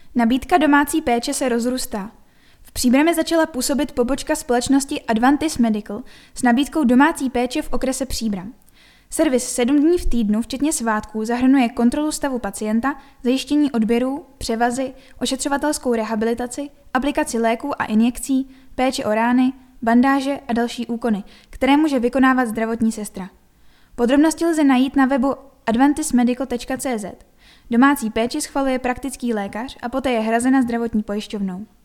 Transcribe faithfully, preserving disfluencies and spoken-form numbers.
Nabídka domácí péče se rozrůstá. V Příbrami začala působit pobočka společnosti Advantis Medical s nabídkou domácí péče v okrese Příbram. Servis sedm dní v týdnu, včetně svátků, zahrnuje kontrolu stavu pacienta, zajištění odběrů, převazy, ošetřovatelskou rehabilitaci, aplikaci léků a injekcí, péči o rány, bandáže a další úkony, které může vykonávat zdravotní sestra. Podrobnosti lze najít na webu advantis medical tečka cé zet. Domácí péči schvaluje praktický lékař a poté je hrazena zdravotní pojišťovnou.